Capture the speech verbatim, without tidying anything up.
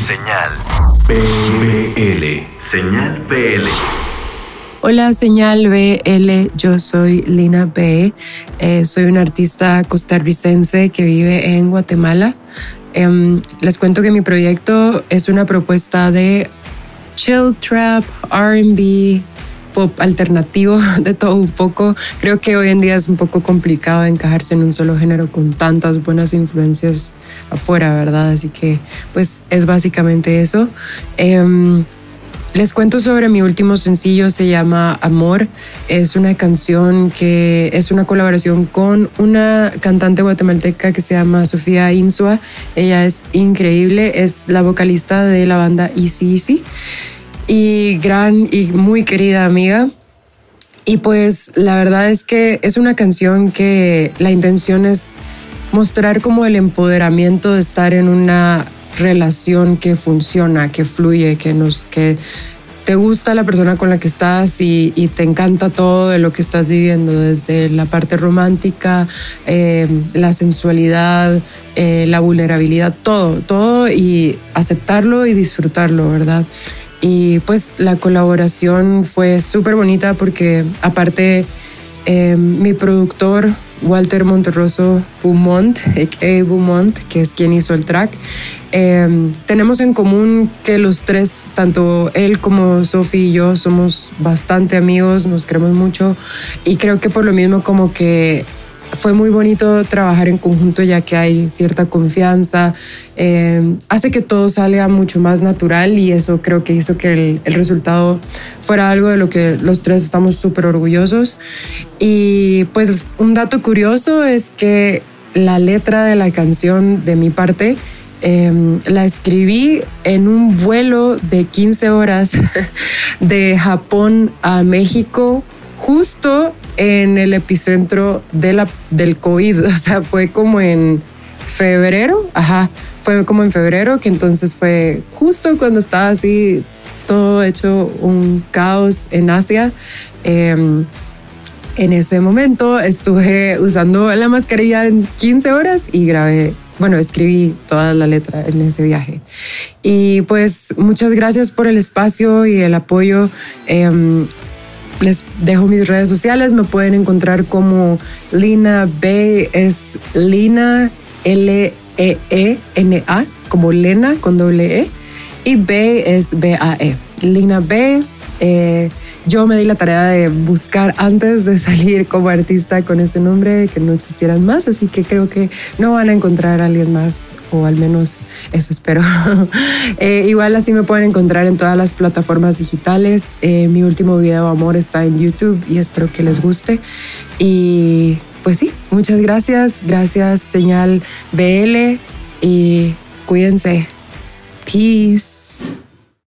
Señal B L. Señal B L. Hola, Señal B L, yo soy Lina B. Eh, soy una artista costarricense que vive en Guatemala. Eh, les cuento que mi proyecto es una propuesta de chill trap, R and B, pop alternativo, de todo un poco. Creo que hoy en día es un poco complicado encajarse en un solo género con tantas buenas influencias afuera, ¿verdad? Así que pues es básicamente eso. Eh, Les cuento sobre mi último sencillo, se llama Amor. Es una canción que es una colaboración con una cantante guatemalteca que se llama Sofía Insua. Ella es increíble, es la vocalista de la banda Easy Easy y gran y muy querida amiga. Y pues la verdad es que es una canción que la intención es mostrar como el empoderamiento de estar en una relación que funciona, que fluye, que nos que te gusta la persona con la que estás y, y te encanta todo de lo que estás viviendo, desde la parte romántica, eh, la sensualidad, eh, la vulnerabilidad, todo, todo, y aceptarlo y disfrutarlo, ¿verdad? Y pues la colaboración fue súper bonita porque aparte eh, mi productor Walter Monterroso Beaumont, a k a. Beaumont, que es quien hizo el track. Eh, tenemos en común que los tres, tanto él como Sophie y yo, somos bastante amigos, nos queremos mucho y creo que por lo mismo como que fue muy bonito trabajar en conjunto ya que hay cierta confianza, eh, hace que todo salga mucho más natural y eso creo que hizo que el, el resultado fuera algo de lo que los tres estamos súper orgullosos. Y pues un dato curioso es que la letra de la canción de mi parte eh, la escribí en un vuelo de quince horas de Japón a México, justo en el epicentro de la, del COVID. O sea, fue como en febrero, ajá, fue como en febrero, que entonces fue justo cuando estaba así todo hecho un caos en Asia. Eh, en ese momento estuve usando la mascarilla en quince horas y grabé, bueno, escribí toda la letra en ese viaje. Y pues muchas gracias por el espacio y el apoyo. Eh, Les dejo mis redes sociales, me pueden encontrar como Lina B, es Lina L E E N A, como Lena con doble E, y B es B A E, Lina B. Eh, yo me di la tarea de buscar antes de salir como artista con este nombre, que no existieran más, así que creo que no van a encontrar a alguien más, o al menos eso espero. eh, igual así me pueden encontrar en todas las plataformas digitales. Eh, mi último video Amor está en YouTube y espero que les guste. Y pues sí, muchas gracias, gracias Señal B L y cuídense. Peace.